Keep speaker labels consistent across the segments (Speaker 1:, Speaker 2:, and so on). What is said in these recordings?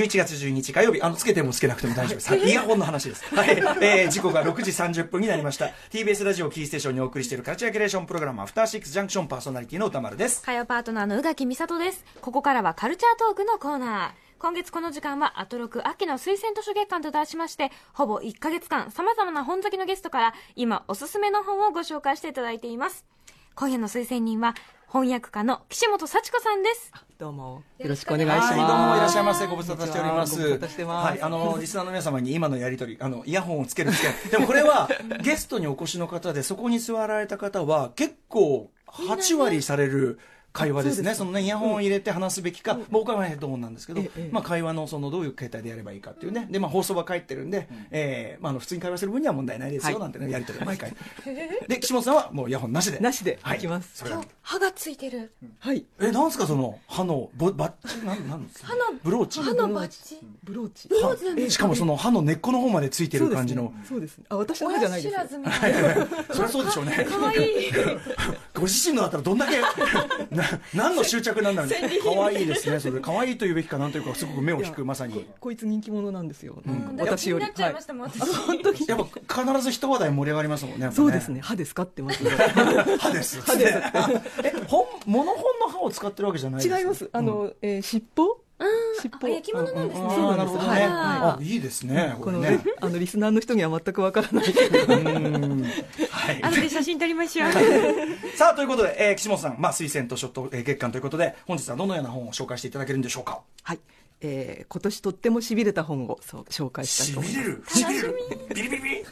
Speaker 1: 11月12日火曜日、つけてもつけなくても大丈夫です。イヤホンの話です。はい。時刻が6時30分になりました。TBS ラジオキーステーションにお送りしているカルチャーキュレーションプログラム、アフターシックスジャンクション、パーソナリティの歌丸です。
Speaker 2: 火曜パートナーの宇垣美里です。ここからはカルチャートークのコーナー。今月この時間はアトロク秋の推薦図書月間と題しまして、ほぼ1ヶ月間様々な本好きのゲストから今おすすめの本をご紹介していただいています。今夜の推薦人は翻訳家の岸本幸子さんです。
Speaker 3: どうもよろしくお願いします。
Speaker 1: はい、どうもいらっしゃいませ。ご無沙汰しております。
Speaker 3: ご無沙汰してます。
Speaker 1: はい、リスナーの皆様に今のやり取り、イヤホンをつけるでもこれはゲストにお越しの方で、そこに座られた方は結構8割される会話ですね。そのね、イヤホンを入れて話すべきか、僕はヘッドホンなんですけど、会話のどういう形態でやればいいかっていうね。で、放送は返ってるんで、普通に会話する分には問題ないですよ、なんてね、やり取り毎回。で、岸本さんはもうイヤホンなしで。
Speaker 3: なしで。いきます。
Speaker 2: 今日、歯がついてる。
Speaker 3: はい。
Speaker 1: なんすか、その、歯の、バッチなんですか？ブローチ。
Speaker 2: 歯のバッチ。
Speaker 3: ブローチ。
Speaker 2: なんですか？
Speaker 1: しかもその歯の根っこの方までついてる感じの。
Speaker 3: そうですね。私の歯じゃないですよ。
Speaker 1: そりゃそうでしょうね。
Speaker 2: かわいい。
Speaker 1: ご自身のだったらどんだけ、何の執着なんだろうね。かわいいですね。それかわいいというべきかなんというか、すごく目を引く、まさに。
Speaker 3: こいつ人気者なんですよ。
Speaker 2: 私より。気になっちゃいましたもん、私。
Speaker 3: 本当に。
Speaker 1: やっぱ必ず一話題盛り上がりますもんね。
Speaker 3: そうですね。歯ですかってます。
Speaker 1: 歯です。
Speaker 3: 歯です。
Speaker 1: モノ本の歯を使ってるわけじゃないですか？
Speaker 3: 違います。尻尾？
Speaker 2: 尻尾。焼き物なんですね。
Speaker 1: そうなるほどね。いいですね。
Speaker 3: このね、リスナーの人には全くわからない。
Speaker 2: はい。後で写真撮りましょう。
Speaker 1: さあ、ということで、岸本さん、推薦図書月間ということで、本日はどのような本を紹介していただけるんでしょうか？
Speaker 3: はい。今年とってもしびれた本を紹介したいと思います。
Speaker 1: しびれるビリビリビリ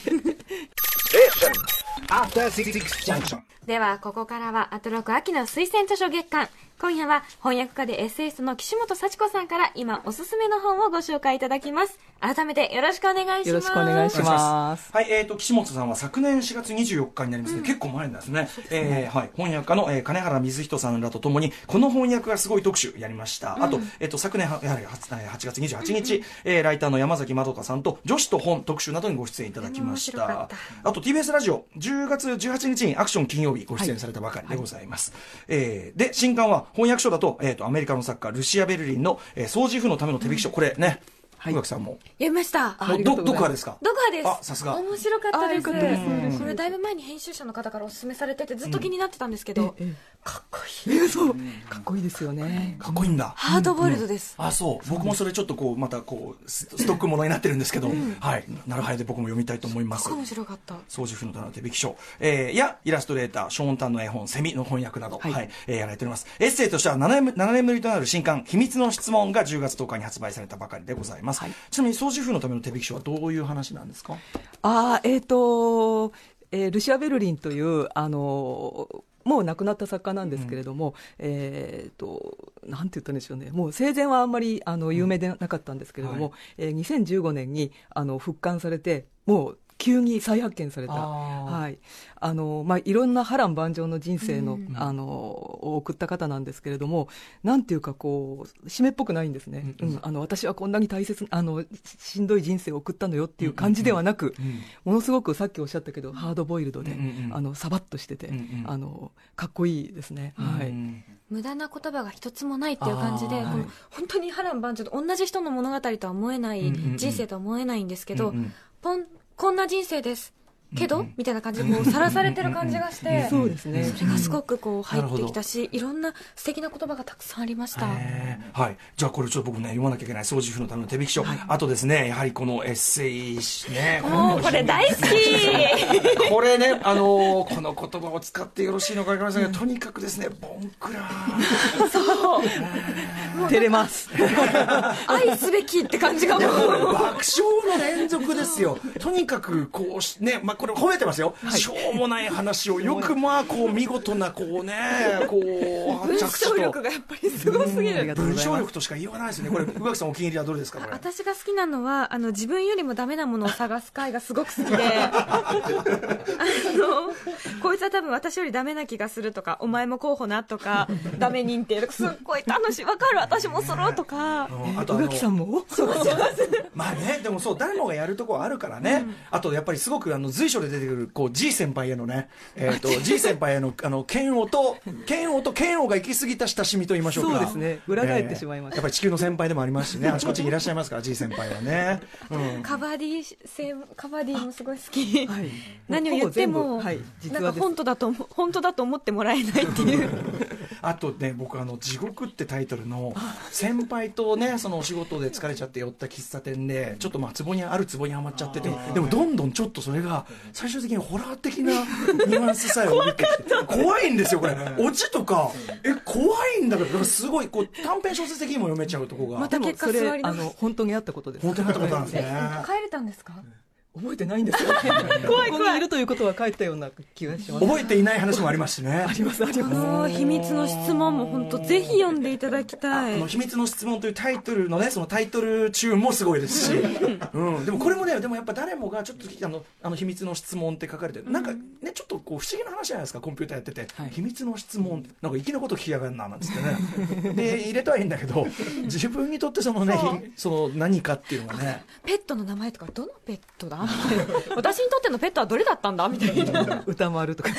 Speaker 2: ではここからはアトロク秋の推薦図書月間。今夜は翻訳家でエッセイストの岸本幸子さんから今おすすめの本をご紹介いただきます。改めてよろしくお願いします。
Speaker 3: よろしくお願いします。
Speaker 1: はい、岸本さんは昨年4月24日になりますね。結構前なんですね。はい、翻訳家の、金原瑞人さんらとともにこの翻訳がすごい特集やりました。あと、昨年やはり8月28日、ライターの山崎まどかさんと女子と本特集などにご出演いただきました。あと TBS ラジオ10月18日にアクション金曜日ご出演されたばかりでございます。で、新刊は翻訳書だと、アメリカの作家ルシア・ベルリンの、掃除婦のための手引き書。これね、宇垣さんも
Speaker 2: 読みました。
Speaker 1: どこかですか？
Speaker 2: どこかです。
Speaker 1: あ、さすが。
Speaker 2: 面白かったです。これだいぶ前に編集者の方からお勧めされててずっと気になってたんですけど、かっこいい。
Speaker 3: そう、かっこいいですよね。
Speaker 1: かっこいいんだ。
Speaker 2: ハードボイルドです。
Speaker 1: あ、そう。僕もそれちょっとまたストックものになってるんですけど、はい。なるはやで僕も読みたいと思います。
Speaker 2: 面白かった。
Speaker 1: 掃除婦のための手引き書、やイラストレーターショーンタンの絵本セミの翻訳など、やられております。エッセイとしては7年ぶりとなる新刊秘密の質問が10月10日に発売されたばかりでございます。ちなみに掃除婦のための手引き書はどういう話なんですか？
Speaker 3: ルシア・ベルリンというもう亡くなった作家なんですけれども、なんて言ったんでしょうね、もう生前はあんまり有名でなかったんですけれども、2015年に復刊されて、もう急に再発見された、いろんな波乱万丈の人生の、を送った方なんですけれども、なんていうか締めっぽくないんですね。私はこんなに大切しんどい人生を送ったのよっていう感じではなく、ものすごくさっきおっしゃったけどハードボイルドで、サバッとしてて、かっこいいですね。
Speaker 2: 無駄な言葉が一つもないっていう感じで、本当に波乱万丈で同じ人の物語とは思えない、人生とは思えないんですけど、こんな人生ですけど、みたいな感じでさらされてる感じがして、
Speaker 3: そうですね。
Speaker 2: それがすごく入ってきたし、いろんな素敵な言葉がたくさんありました。
Speaker 1: はい。じゃあこれちょっと僕ね、読まなきゃいけない掃除婦のための手引き書。あとですね、やはりこのエッセイね。
Speaker 2: これ大好き。
Speaker 1: これね、この言葉を使ってよろしいのかわかりませんが、とにかくですね、ボンクラー。
Speaker 2: そう。
Speaker 3: 照れます。
Speaker 2: 愛すべきって感じがもう。
Speaker 1: 爆笑の連続ですよ。とにかくね、これ褒めてますよ。しょうもない話をよく見事な
Speaker 2: 文章力がやっぱりすごすぎる。
Speaker 1: 文章力としか言いようがないですね。これ宇垣さんお気に入りはどれですか？これ
Speaker 2: 私が好きなのは自分よりもダメなものを探す回がすごく好きでこいつは多分私よりダメな気がするとか、お前も候補なとか、ダメ認定とか、すっごい楽しい、わかる私もするとか、
Speaker 1: あと
Speaker 3: 宇垣さんも
Speaker 1: まあね、でもそう誰もがやるところあるからね、あとやっぱりすごく随所で出てくるこう G 先輩へのね、G 先輩への嫌悪と嫌悪が行き過ぎた親しみと言いましょうか。
Speaker 3: そうですね、裏返ってしまいました。
Speaker 1: やっぱり地球の先輩でもありますしね、あちこちにいらっしゃいますから G 先輩はね、
Speaker 2: カバディもすごい好き、
Speaker 3: はい、
Speaker 2: 何を言っても、
Speaker 3: はい、
Speaker 2: なんか本当だと思ってもらえないっていう
Speaker 1: あとね、僕地獄ってタイトルの先輩とね、そのお仕事で疲れちゃって寄った喫茶店でちょっとツボにはまっちゃってて、でもどんどんちょっとそれが最終的にホラー的なニュアンスさえ帯びてきて怖いんですよこれ。オチとか怖いんだけど、すごいこう短編小説的にも読めちゃうとこが。
Speaker 2: また結果座ります。
Speaker 3: 本当にあったことです。
Speaker 1: 本当にあったことなんですね。
Speaker 2: 帰れたんですか？
Speaker 3: 覚えてないんですよね。怖い。ここにいるということは書いたような気がします。
Speaker 1: 覚えていない話もありますしね。
Speaker 3: ありますあります。
Speaker 2: 秘密の質問も本当ぜひ読んでいただきたい。
Speaker 1: 秘密の質問というタイトルのね、そのタイトル中もすごいですし、でもこれもね、でもやっぱ誰もがちょっと秘密の質問って書かれてる、なんかねちょっとこう不思議な話じゃないですか。コンピューターやってて、秘密の質問なんか粋なこと聞きやがんななんつってね。で入れたはいいんだけど、自分にとってその何かっていうのがね。
Speaker 2: ペットの名前とかどのペットだ？私にとってのペットはどれだったんだみたいな。
Speaker 3: 歌丸とかね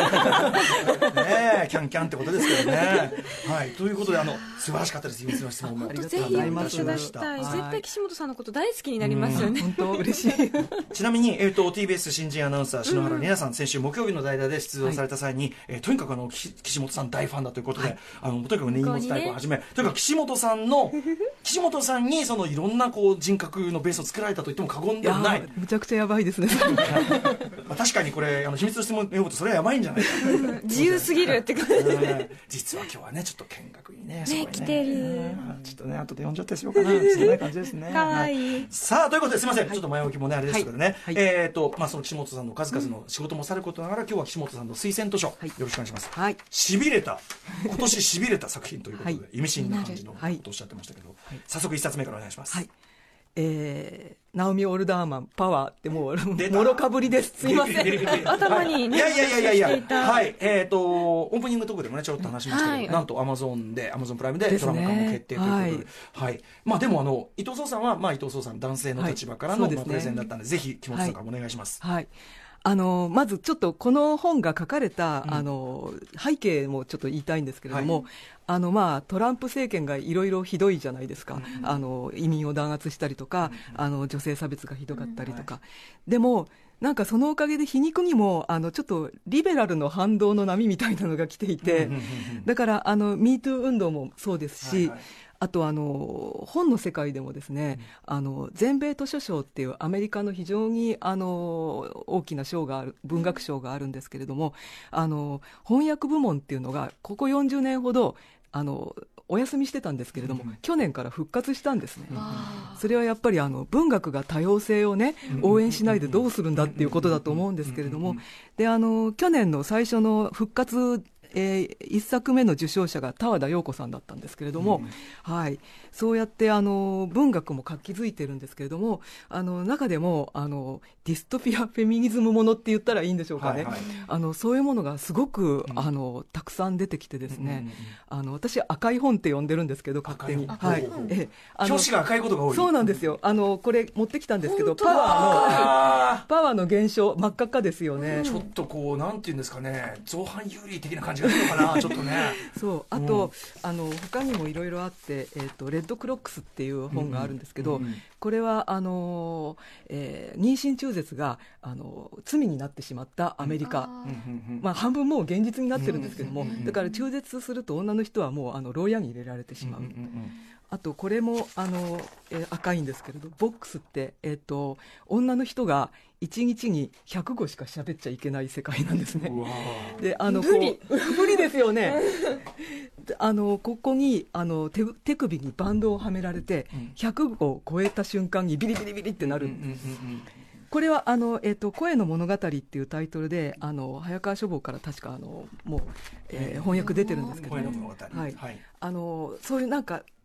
Speaker 1: え、キャンキャンってことですけどね。はい、ということで素晴らしかったです。秘密の質問も
Speaker 2: ぜひ読んでいただきたい。絶対岸本さんのこと大好きになりますよね。
Speaker 3: 本当嬉しい。
Speaker 1: ちなみにTBS 新人アナウンサー篠原里奈さん、先週木曜日の代打で出場された際に、とにかく岸本さん大ファンだということで、とにかくね、荷物タイプをはじめ、とにかく岸本さんにそのいろんなこう人格のベースを作られたと言っても過言ではない。
Speaker 3: むちゃくちゃやばいですね。
Speaker 1: 確かにこれ秘密の質問読むとそれはやばいんじゃないか。
Speaker 2: 自由すぎるって感じ。
Speaker 1: 実は今日はねちょっと見学にね
Speaker 2: 来てる。
Speaker 1: ちょっとね後で読んじゃったりしようかな。そんな感じですね。
Speaker 2: かわいい。
Speaker 1: さあということですいません、ちょっと前置きもねあれですけどね、その岸本さんの数々の仕事もさることながら、今日は岸本さんの推薦図書、よろしくお願いします。
Speaker 3: はい。
Speaker 1: 今年しびれた作品ということで、意味深な感じのことをおっしゃってましたけど、早速一冊目からお願いします。
Speaker 3: はい。ナオミ・オルダーマンパワーってもうもろかぶりです。すいません。
Speaker 2: 頭にね。
Speaker 1: いやはい。オープニングトークでもねちょっと話しましたけど、なんとアマゾンプライムでドラマ化も決定ということで、はい。まあでも伊藤壮さんは伊藤壮さん男性の立場からのプレゼンだったんで、ぜひ木本さんからお願いします。
Speaker 3: はい。まずちょっとこの本が書かれた、背景もちょっと言いたいんですけれども、トランプ政権がいろいろひどいじゃないですか。移民を弾圧したりとか、女性差別がひどかったりとか。でもなんかそのおかげで皮肉にもちょっとリベラルの反動の波みたいなのが来ていて、だからMeToo 運動もそうですし、あと本の世界でもですね、全米図書賞っていうアメリカの非常に大きな賞がある、文学賞があるんですけれども、翻訳部門っていうのがここ40年ほどお休みしてたんですけれども、去年から復活したんですね。それはやっぱり文学が多様性をね応援しないでどうするんだっていうことだと思うんですけれども、で去年の最初の復活一作目の受賞者が田和田陽子さんだったんですけれども、はい、そうやって文学も活気づいてるんですけれども、中でもディストピアフェミニズムものって言ったらいいんでしょうかね、そういうものがすごくたくさん出てきてですね、私赤い本って呼んでるんですけど勝手に、はい、
Speaker 1: 表紙が赤いことが多い。
Speaker 3: そうなんですよ。これ持ってきたんですけど、パワーの現象真っ赤っかですよね。
Speaker 1: ちょっとこうなんていうんですかね、造反有利的な感じがするのかなちょっとね。そう
Speaker 3: あと、他にもいろいろあって、レッドクロックスっていう本があるんですけど、これは妊娠中絶が罪になってしまったアメリカ、半分もう現実になってるんですけども、だから中絶すると女の人はもう牢屋に入れられてしまう。あとこれも赤いんですけれど、ボックスって、女の人が1日に100語しか喋っちゃいけない世界なんですね。で無理ですよね。ここに手首にバンドをはめられて、100語を超えた瞬間にビリビリビリってなる。これは声の物語っていうタイトルで早川書房から確かもう、翻訳出てるんですけど、ね、
Speaker 1: 声の物語、
Speaker 3: はい、そういうなんか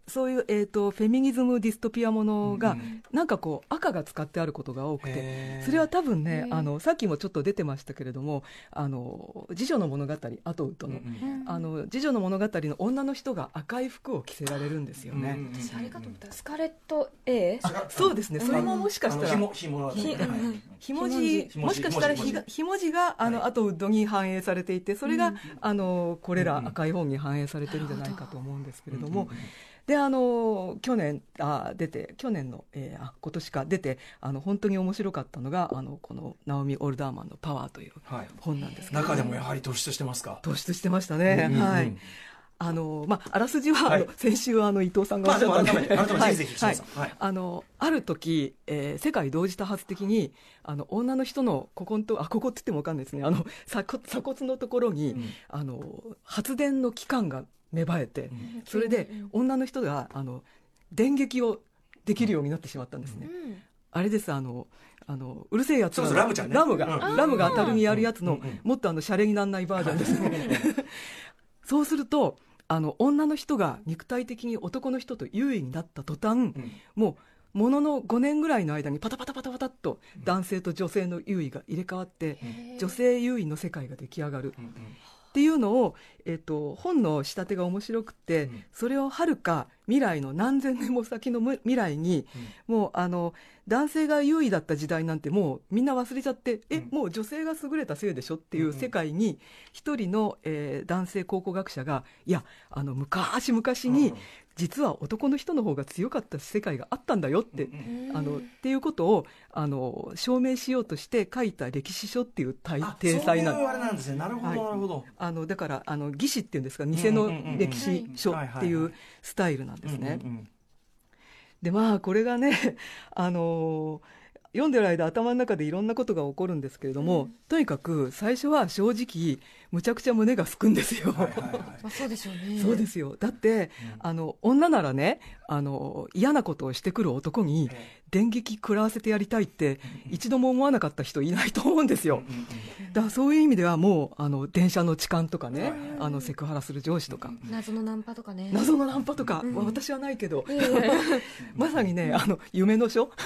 Speaker 3: そういう、フェミニズムディストピアものが、なんかこう赤が使ってあることが多くて、それは多分ね、さっきもちょっと出てましたけれども、次女の物語、アトウッドの、次女の物語の女の人が赤い服を着せられるんですよね。
Speaker 2: 私あれかと思ったらスカーレット A？
Speaker 3: そうですね、それももしかしたらひもじ、もしかしたらひもじがアトウッドに反映されていて、それがこれら赤い本に反映されてるんじゃないかと思うんですけれども、で去年出て、去年の、今年か出て本当に面白かったのがこのナオミ・オルダーマンのパワーという本なんですけど、
Speaker 1: 中でもやはり突出してますか？
Speaker 3: 突出してましたね。はい。あらすじは、先週伊藤さんがおっしゃったんで、ある時、世界同時多発的に女の人のここって言っても分かんないですね、鎖骨のところに、発電の器官が芽生えて、それで女の人が電撃をできるようになってしまったんですね。あれです、うるせえやつのラムが当たるにやるやつの、もっとシャレにならないバージョンですね。そうすると女の人が肉体的に男の人と優位になった途端、ものの5年ぐらいの間にパタパタパタパタっと男性と女性の優位が入れ替わって、女性優位の世界が出来上がるっていうのを、本の仕立てが面白くて、それをはるか未来の何千年も先の未来に、もう男性が優位だった時代なんてもうみんな忘れちゃって、もう女性が優れたせいでしょっていう世界に一人の、男性考古学者が、いや昔々に実は男の人の方が強かった世界があったんだよって、っていうことを証明しようとして書いた歴史書っていう体裁なんです。そういうあれなんですね。なるほど、なるほど。だから義士っていうんですか、偽の歴史書っていうスタイルなんですね。でこれがね読んでる間頭の中でいろんなことが起こるんですけれども、とにかく最初は正直むちゃくちゃ胸がすくんですよ。
Speaker 2: そうでしょうね。
Speaker 3: そうですよ。だって、女ならね嫌なことをしてくる男に電撃食らわせてやりたいって一度も思わなかった人いないと思うんですよ。だからそういう意味ではもう電車の痴漢とかね、セクハラする上司とか、
Speaker 2: 謎のナンパとかね、
Speaker 3: 私はないけど、まさにね夢の書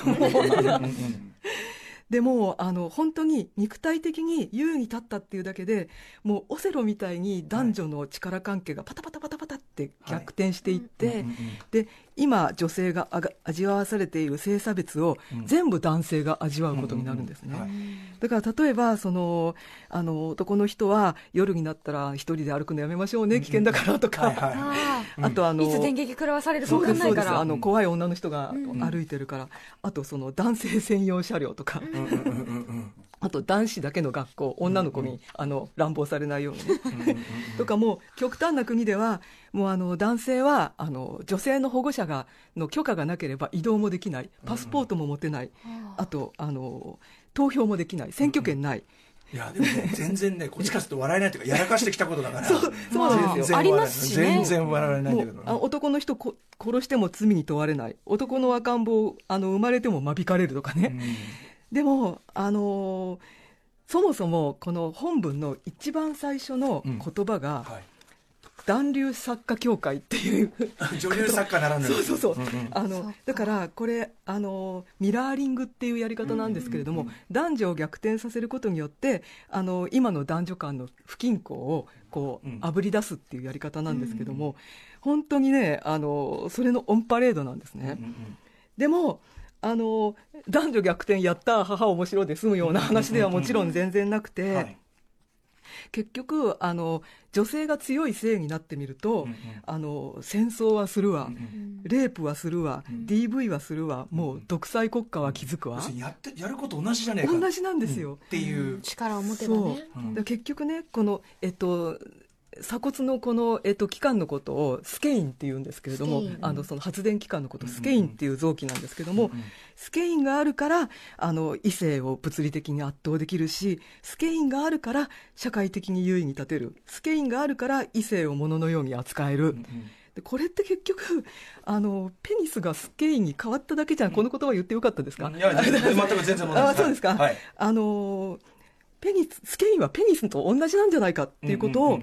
Speaker 3: でも本当に肉体的に優位に立ったっていうだけで、もうオセロみたいに男女の力関係がパタパタパタパタって逆転していって、で今女性が味わわされている性差別を全部男性が味わうことになるんですね。だから例えば男の人は夜になったら一人で歩くのやめましょうね、危険だからとか、あと
Speaker 2: いつ電撃食らわされるか分かんないから、
Speaker 3: 怖い女の人が歩いてるから、あと男性専用車両とか、あと男子だけの学校、女の子に乱暴されないようにねとか、もう極端な国ではもう男性は女性の保護者の許可がなければ移動もできない、パスポートも持てない、あと投票もできない、選挙権ない。
Speaker 1: いやでもね、全然ねこっちからすると笑えないというか、やらかしてきたことだから
Speaker 3: そうなんですよ。
Speaker 2: ありますしね。
Speaker 1: 全然笑えないんだけど、
Speaker 3: 男の人殺しても罪に問われない、男の赤ん坊生まれても間引かれるとかね、でもそもそもこの本文の一番最初の言葉が、男流作家協会っていう
Speaker 1: 女流作家ならぬ、
Speaker 3: そうだからこれミラーリングっていうやり方なんですけれども、男女を逆転させることによって今の男女間の不均衡をこうあぶり出すっていうやり方なんですけども、本当にねそれのオンパレードなんですね。でも男女逆転やった母面白で済むような話ではもちろん全然なくて、結局女性が強い性になってみると、戦争はするわ、レイプはするわ、DV はするわ、もう独裁国家は築くわ、
Speaker 1: やること同じじゃねえか、
Speaker 3: 同じなんですよ、
Speaker 1: っていう
Speaker 2: 力を持てばね。
Speaker 3: 結局ね、この鎖骨のこの、器官のことをスケインっていうんですけれども、その発電器官のことをスケインっていう臓器なんですけども、スケインがあるから異性を物理的に圧倒できるし、スケインがあるから社会的に優位に立てる、スケインがあるから異性を物のように扱える、でこれって結局ペニスがスケインに変わっただけじゃん、この言葉言ってよかったですか？
Speaker 1: いや全然問題ないです。
Speaker 3: そうですか、スケインはペニスと同じなんじゃないかっていうことを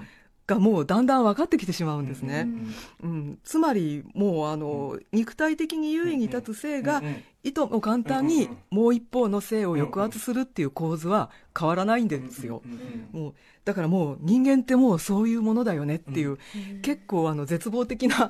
Speaker 3: がもうだんだん分かってきてしまうんですね、つまりもう肉体的に優位に立つ性がいとも簡単にもう一方の性を抑圧するっていう構図は変わらないんですよ、もうだからもう人間ってもうそういうものだよねっていう、結構絶望的な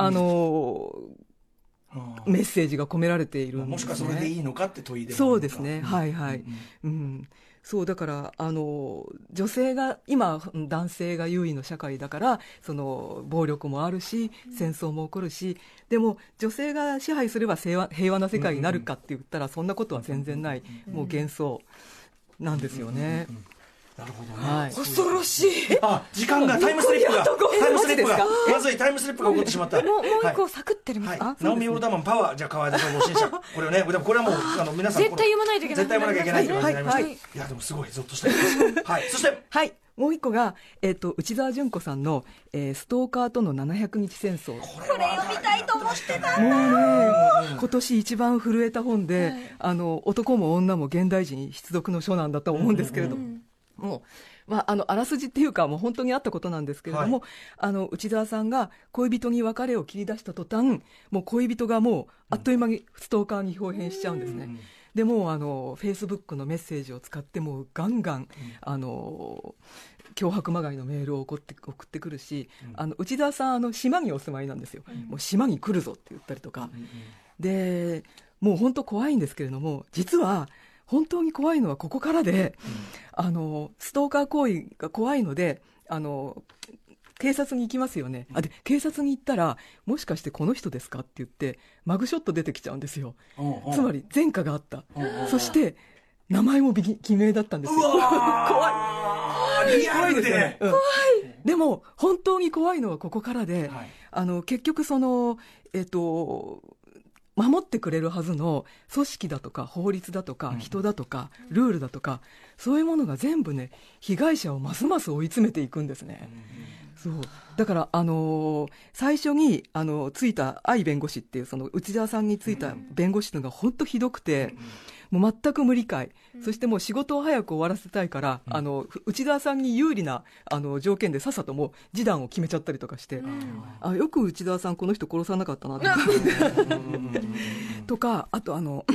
Speaker 3: メッセージが込められているんですね。
Speaker 1: もしかそれでいいのかって問いでも
Speaker 3: そうですね、はいはい、そうだから女性が今男性が優位の社会だからその暴力もあるし戦争も起こるし、でも女性が支配すれば平和な世界になるかって言ったらそんなことは全然ない、もう幻想なんですよね、
Speaker 1: なるほどね、
Speaker 3: はい、
Speaker 2: 恐ろしい。
Speaker 1: 時間がタイムスリップがまずいタイムスリップが起こってしまった。
Speaker 2: もう一個サクってりますか。
Speaker 1: ナオミ・オルダーマンパワー、じゃあ川井田さんご審査これをね、でもこれはもう皆さん
Speaker 2: 絶対読まないといけない、
Speaker 1: 絶対読まなきゃいけないという感じになりました。
Speaker 3: はい
Speaker 1: いやでもすごいゾッとしたはい、そして
Speaker 3: はい、もう一個が、内澤純子さんの、ストーカーとの700日戦争。
Speaker 2: これ読みたいと思ってた。
Speaker 3: もうね、今年一番震えた本で、男も女も現代人必読の書なんだと思うんですけれども、もう、あらすじっていうかもう本当にあったことなんですけれども、内澤さんが恋人に別れを切り出した途端、もう恋人がもうあっという間にストーカーに表変しちゃうんですね、でもうフェイスブックのメッセージを使ってもうガンガン、脅迫まがいのメールを送ってくるし、内澤さん島にお住まいなんですよ、もう島に来るぞって言ったりとか、でもう本当怖いんですけれども、実は本当に怖いのはここからで、ストーカー行為が怖いので警察に行きますよね、で警察に行ったらもしかしてこの人ですかって言ってマグショット出てきちゃうんですよ、つまり前科があった、そして名前も偽名だったんですよ。
Speaker 1: 怖いリアルで、
Speaker 3: 怖い、でも本当に怖いのはここからで、結局その守ってくれるはずの組織だとか法律だとか人だとかルールだとか、そういうものが全部ね被害者をますます追い詰めていくんですね、そうだから最初についた愛弁護士っていうその内澤さんについた弁護士のが本当ひどくて、もう全く無理解、そしてもう仕事を早く終わらせたいから、内澤さんに有利な条件でさっさともう示談を決めちゃったりとかして、よく内澤さんこの人殺さなかったなとか、あと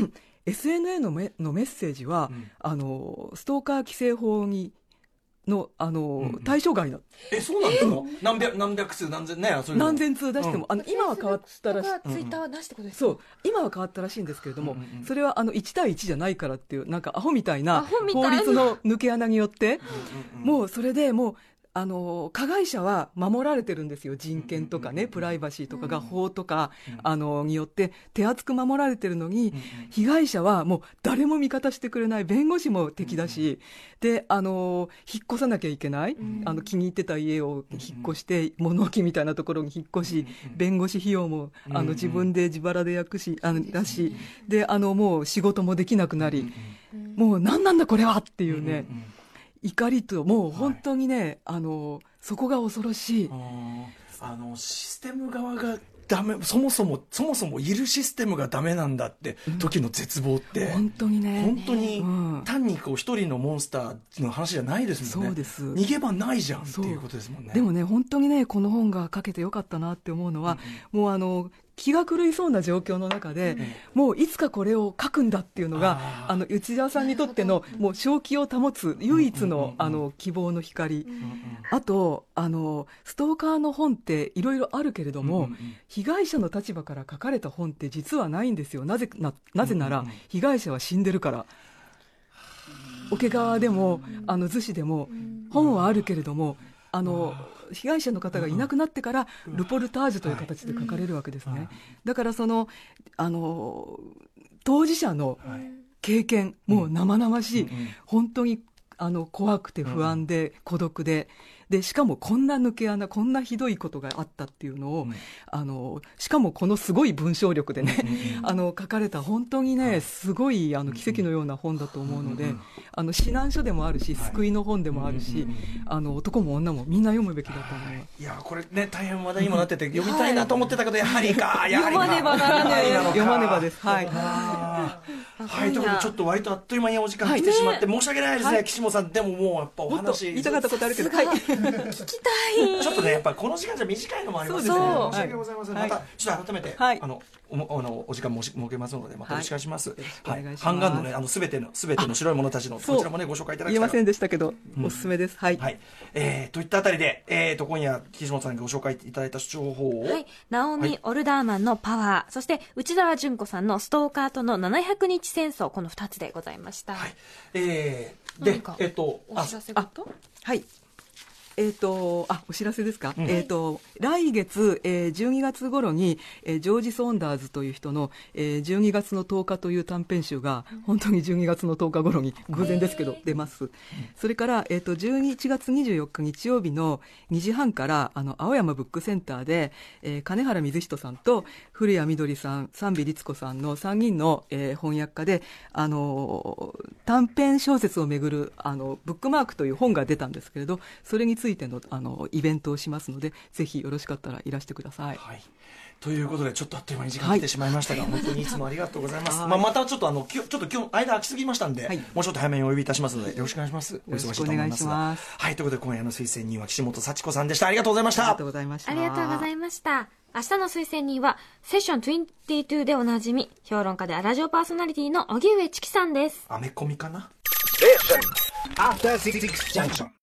Speaker 3: SNA のメッセージは、ストーカー規制法の対象外だ。
Speaker 1: そうなんですか。何百通何千ね、そういうの
Speaker 3: 何千通出しても、今は変わったらしい、
Speaker 2: ツイッターはなしってことですか。
Speaker 3: そう、今は変わったらしいんですけれども、それは1対1じゃないからっていうなんかアホみたいな法律の抜け穴によって、もうそれでもう加害者は守られてるんですよ、人権とかね、プライバシーとかが法とか、によって手厚く守られてるのに、被害者はもう誰も味方してくれない、弁護士も敵だし、で引っ越さなきゃいけない、気に入ってた家を引っ越して、物置みたいなところに引っ越し、弁護士費用も自分で自腹で焼くし、だし、でもう仕事もできなくなり、もう何なんだこれはっていうね、怒りと、もう本当にね、そこが恐ろしい。
Speaker 1: システム側がダメ、そもそもいるシステムがダメなんだって時の絶望って、
Speaker 3: 本当にね、
Speaker 1: 本当に単に一人のモンスターの話じゃないですもんね。
Speaker 3: そうです。
Speaker 1: 逃げ場ないじゃんっていうことですもんね。
Speaker 3: でもね、本当にね、この本が書けてよかったなって思うのは、もう気が狂いそうな状況の中で、もういつかこれを書くんだっていうのが内澤さんにとってのもう正気を保つ唯一の希望の光、あとストーカーの本っていろいろあるけれども、被害者の立場から書かれた本って実はないんですよ。なぜなら被害者は死んでるから。桶川でも逗子でも本はあるけれども、被害者の方がいなくなってからルポルタージュという形で書かれるわけですね。だからその当事者の経験、もう生々しい、本当に怖くて不安で孤独で、しかもこんな抜け穴、こんなひどいことがあったっていうのを、しかもこのすごい文章力でね、書かれた本当にね、すごい奇跡のような本だと思うので、指南書でもあるし、救いの本でもあるし、男も女もみんな読むべきだと思います。
Speaker 1: いや、これね、大変話題にもなってて読みたいなと思ってたけど、やはりか、
Speaker 2: 読まねばならない、
Speaker 3: 読まねばです。はい。
Speaker 1: はい、ということでちょっと割とあっという間にお時間来てしまって、申し訳ないですね、岸本さん。でももうやっぱお
Speaker 3: もっと
Speaker 1: 話
Speaker 3: 言いたかったことあるけど、はい、
Speaker 2: 聞きたい。
Speaker 1: ちょっとね、やっぱこの時間じゃ短いのもありますね。
Speaker 3: そう
Speaker 1: 申し訳ございません。
Speaker 3: はい
Speaker 1: またちょっと改めて、
Speaker 3: はい
Speaker 1: お時間設けますので、またよろしくお願いします。
Speaker 3: よろしくお願いします。
Speaker 1: 半眼のね、すべての白い者たちの、こちらもね、ご紹介いただきたい。
Speaker 3: 言えませんでしたけど、おすすめです。はい。
Speaker 1: はい。といったあたりで、今夜、岸本さんにご紹介いただいた情報を。
Speaker 2: はい。ナオミ・オルダーマンのパワー、そして内澤純子さんのストーカーとの700日戦争、この2つでございました。
Speaker 1: はい。
Speaker 2: で、お知らせこと
Speaker 3: はい。お知らせですか、来月、12月頃に、ジョージ・ソンダーズという人の、12月の10日という短編集が、本当に12月の10日頃に偶然ですけど出ます。それから、11月24日日曜日の2時半から青山ブックセンターで、金原瑞人さんと古谷みどりさん、三尾律子さんの3人の、翻訳家で短編小説をめぐるブックマークという本が出たんですけれど、それについてのイベントをしますので、ぜひよろしかったらいらしてください。
Speaker 1: はい。ということで、ちょっとあっという間に時間来てしまいましたが、本当にいつもありがとうございます。またちょっと今日間空きすぎましたんで、もうちょっと早めにお呼びいたしますので、よろしくお願いします。お忙しいと思いますが。はい、ということで今夜の推薦人は岸本幸子さんでした。ありがとうございました。
Speaker 3: ありがとうございました。
Speaker 2: ありがとうございました。明日の推薦人は、セッション22でおなじみ、評論家でラジオパーソナリティの荻上チキさんです。
Speaker 1: アメコミかな？
Speaker 4: After 66 junction.